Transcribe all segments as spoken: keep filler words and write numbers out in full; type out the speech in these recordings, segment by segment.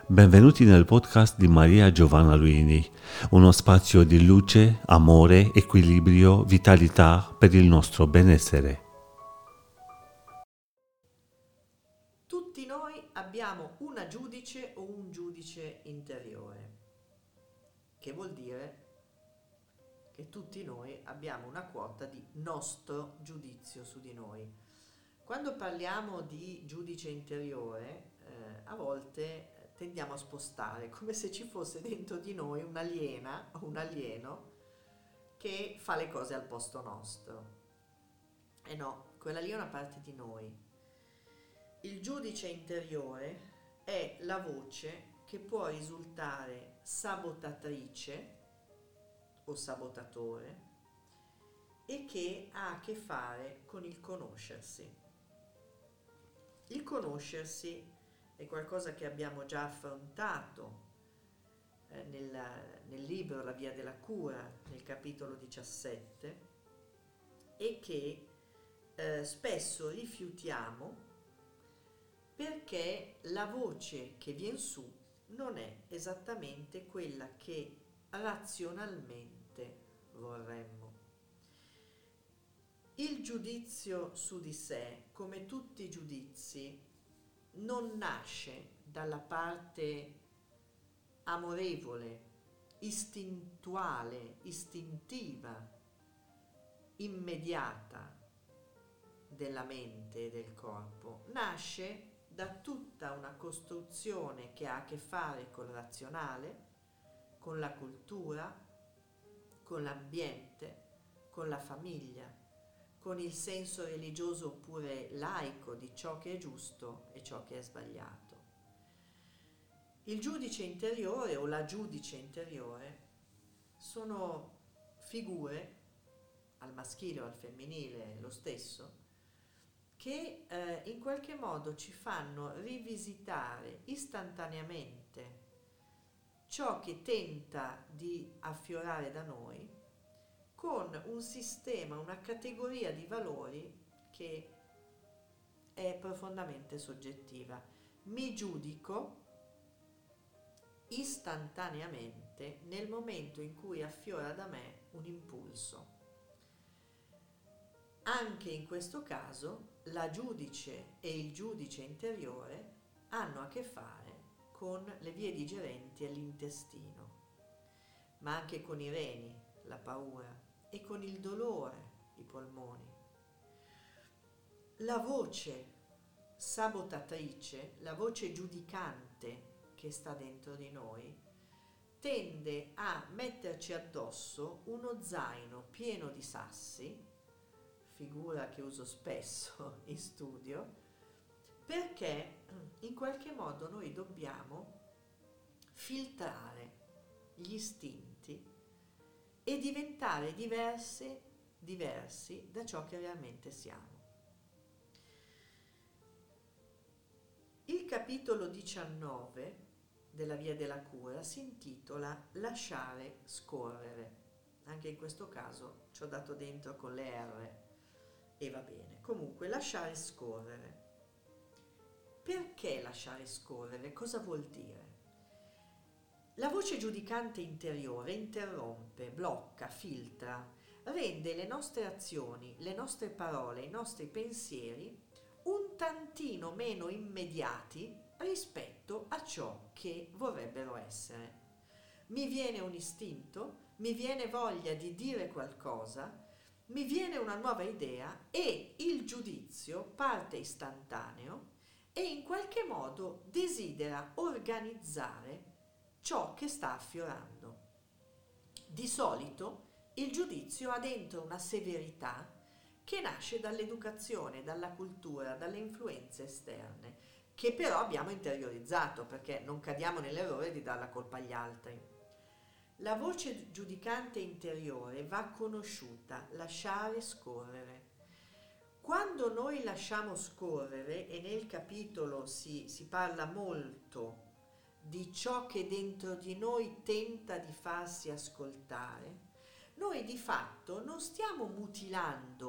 Benvenuti nel podcast di Maria Giovanna Luini, uno spazio di luce, amore, equilibrio, vitalità per il nostro benessere. Tutti noi abbiamo una giudice o un giudice interiore, che vuol dire che tutti noi abbiamo una quota di nostro giudizio su di noi. Quando parliamo di giudice interiore, eh, a volte tendiamo a spostare, come se ci fosse dentro di noi un'aliena o un alieno che fa le cose al posto nostro. E no, quella lì è una parte di noi. Il giudice interiore è la voce che può risultare sabotatrice o sabotatore e che ha a che fare con il conoscersi. Il conoscersi è qualcosa che abbiamo già affrontato eh, nel, nel libro La via della cura, nel capitolo diciassette, e che eh, spesso rifiutiamo perché la voce che viene su non è esattamente quella che razionalmente vorremmo. Il giudizio su di sé, come tutti i giudizi, non nasce dalla parte amorevole, istintuale, istintiva, immediata della mente e del corpo. Nasce da tutta una costruzione che ha a che fare col razionale, con la cultura, con l'ambiente, con la famiglia, con il senso religioso oppure laico di ciò che è giusto e ciò che è sbagliato. Il giudice interiore o la giudice interiore sono figure, al maschile o al femminile lo stesso, che eh, in qualche modo ci fanno rivisitare istantaneamente ciò che tenta di affiorare da noi con un sistema, una categoria di valori che è profondamente soggettiva. Mi giudico istantaneamente nel momento in cui affiora da me un impulso. Anche in questo caso la giudice e il giudice interiore hanno a che fare con le vie digerenti e l'intestino, ma anche con i reni, la paura, e con il dolore, i polmoni. La voce sabotatrice, la voce giudicante che sta dentro di noi, tende a metterci addosso uno zaino pieno di sassi, figura che uso spesso in studio, perché in qualche modo noi dobbiamo filtrare gli istinti e diventare diversi, diversi da ciò che realmente siamo. Il capitolo diciannove della via della cura si intitola Lasciare scorrere. Anche in questo caso ci ho dato dentro con le R e va bene. Comunque, lasciare scorrere. Perché lasciare scorrere? Cosa vuol dire? La voce giudicante interiore interrompe, blocca, filtra, rende le nostre azioni, le nostre parole, i nostri pensieri un tantino meno immediati rispetto a ciò che vorrebbero essere. Mi viene un istinto, mi viene voglia di dire qualcosa, mi viene una nuova idea e il giudizio parte istantaneo e in qualche modo desidera organizzare ciò che sta affiorando. Di solito il giudizio ha dentro una severità che nasce dall'educazione, dalla cultura, dalle influenze esterne, che però abbiamo interiorizzato perché non cadiamo nell'errore di dar la colpa agli altri. La voce giudicante interiore va conosciuta, lasciare scorrere. Quando noi lasciamo scorrere, e nel capitolo si, si parla molto di ciò che dentro di noi tenta di farsi ascoltare, noi di fatto non stiamo mutilando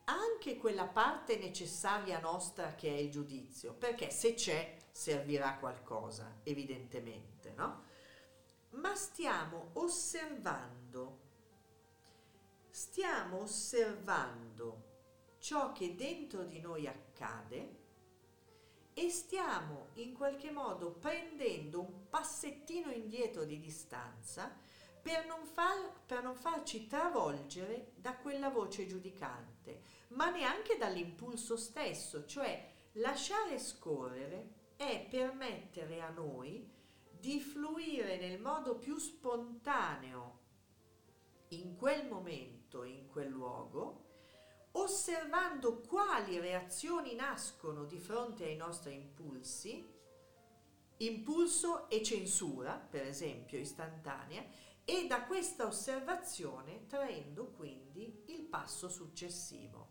anche quella parte necessaria nostra che è il giudizio, perché se c'è servirà a qualcosa, evidentemente, no? Ma stiamo osservando, stiamo osservando ciò che dentro di noi accade e stiamo in qualche modo prendendo un passettino indietro di distanza per non, far, per non farci travolgere da quella voce giudicante, ma neanche dall'impulso stesso, cioè lasciare scorrere è permettere a noi di fluire nel modo più spontaneo in quel momento, in quel luogo, osservando quali reazioni nascono di fronte ai nostri impulsi, impulso e censura, per esempio, istantanea, e da questa osservazione traendo quindi il passo successivo.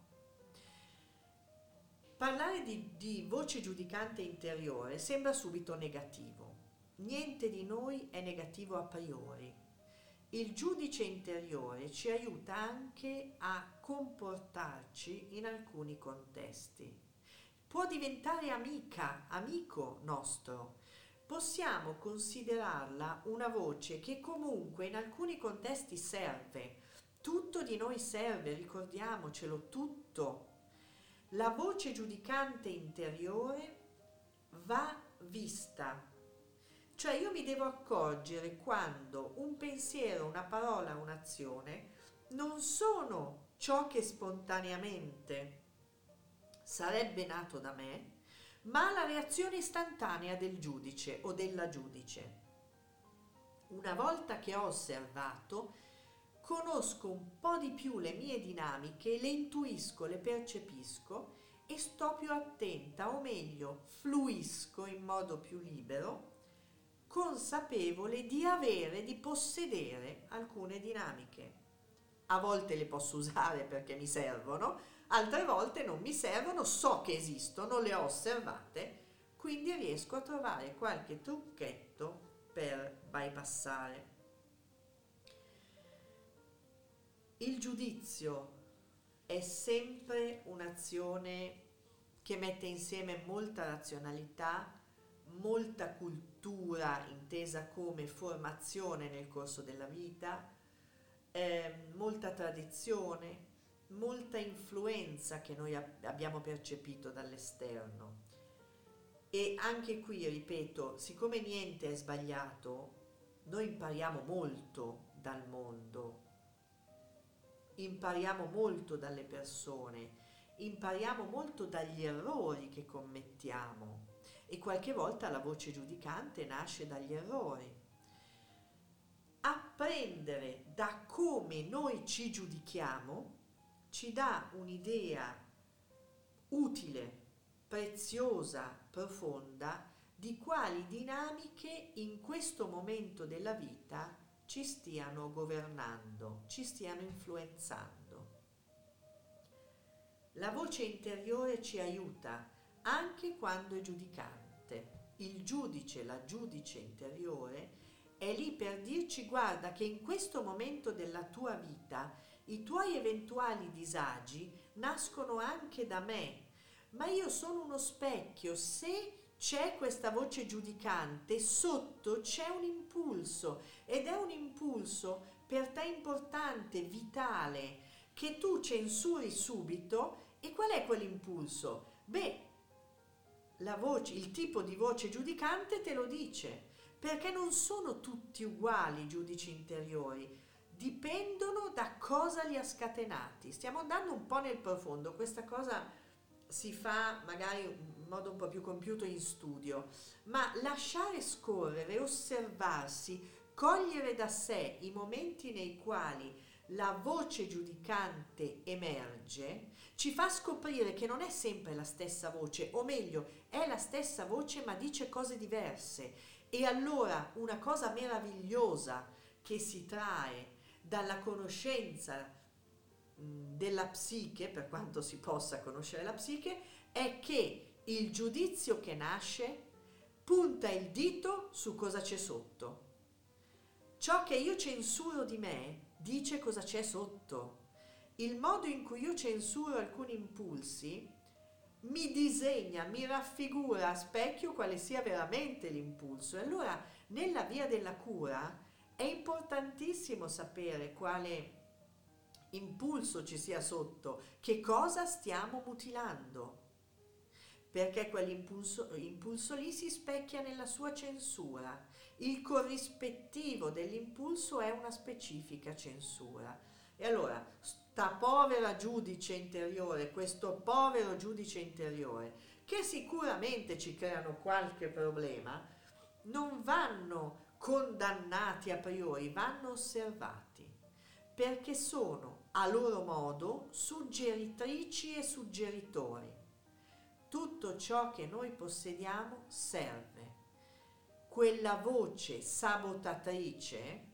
Parlare di, di voce giudicante interiore sembra subito negativo. Niente di noi è negativo a priori. Il giudice interiore ci aiuta anche a comportarci in alcuni contesti. Può diventare amica, amico nostro. Possiamo considerarla una voce che comunque in alcuni contesti serve. Tutto di noi serve, ricordiamocelo, tutto. La voce giudicante interiore va vista. Cioè io mi devo accorgere quando un pensiero, una parola, un'azione non sono ciò che spontaneamente sarebbe nato da me, ma la reazione istantanea del giudice o della giudice. Una volta che ho osservato, conosco un po' di più le mie dinamiche, le intuisco, le percepisco e sto più attenta, o meglio, fluisco in modo più libero, consapevole di avere, di possedere alcune dinamiche. A volte le posso usare perché mi servono, altre volte non mi servono, so che esistono, le ho osservate, quindi riesco a trovare qualche trucchetto per bypassare. Il giudizio è sempre un'azione che mette insieme molta razionalità, molta cultura intesa come formazione nel corso della vita, eh, molta tradizione, molta influenza che noi ab- abbiamo percepito dall'esterno. E anche qui, ripeto, siccome niente è sbagliato, noi impariamo molto dal mondo, impariamo molto dalle persone, impariamo molto dagli errori che commettiamo e qualche volta la voce giudicante nasce dagli errori. Apprendere da come noi ci giudichiamo ci dà un'idea utile, preziosa, profonda di quali dinamiche in questo momento della vita ci stiano governando, ci stiano influenzando. La voce interiore ci aiuta anche quando è giudicante. Il giudice, la giudice interiore è lì per dirci: guarda che in questo momento della tua vita i tuoi eventuali disagi nascono anche da me, ma io sono uno specchio. Se c'è questa voce giudicante, sotto c'è un impulso, ed è un impulso per te importante, vitale, che tu censuri subito. E qual è quell'impulso? Beh, la voce, il tipo di voce giudicante te lo dice, perché non sono tutti uguali i giudici interiori, dipendono da cosa li ha scatenati. Stiamo andando un po' nel profondo, questa cosa si fa magari in modo un po' più compiuto in studio, ma lasciare scorrere, osservarsi, cogliere da sé i momenti nei quali la voce giudicante emerge, ci fa scoprire che non è sempre la stessa voce, o meglio, è la stessa voce ma dice cose diverse. E allora una cosa meravigliosa che si trae dalla conoscenza della psiche, per quanto si possa conoscere la psiche, è che il giudizio che nasce punta il dito su cosa c'è sotto. Ciò che io censuro di me dice cosa c'è sotto, il modo in cui io censuro alcuni impulsi mi disegna, mi raffigura a specchio quale sia veramente l'impulso. E allora nella via della cura è importantissimo sapere quale impulso ci sia sotto, che cosa stiamo mutilando, perché quell'impulso impulso lì si specchia nella sua censura. Il corrispettivo dell'impulso è una specifica censura. E allora, sta povera giudice interiore, questo povero giudice interiore, che sicuramente ci creano qualche problema, non vanno condannati a priori, vanno osservati, perché sono a loro modo suggeritrici e suggeritori. Tutto ciò che noi possediamo serve. Quella voce sabotatrice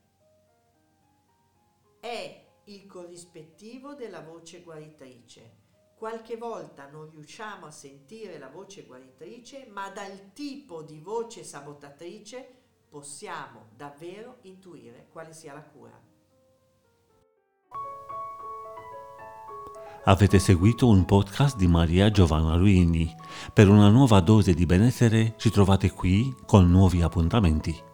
è il corrispettivo della voce guaritrice. Qualche volta non riusciamo a sentire la voce guaritrice, ma dal tipo di voce sabotatrice possiamo davvero intuire quale sia la cura. Avete seguito un podcast di Maria Giovanna Luini. Per una nuova dose di benessere ci trovate qui con nuovi appuntamenti.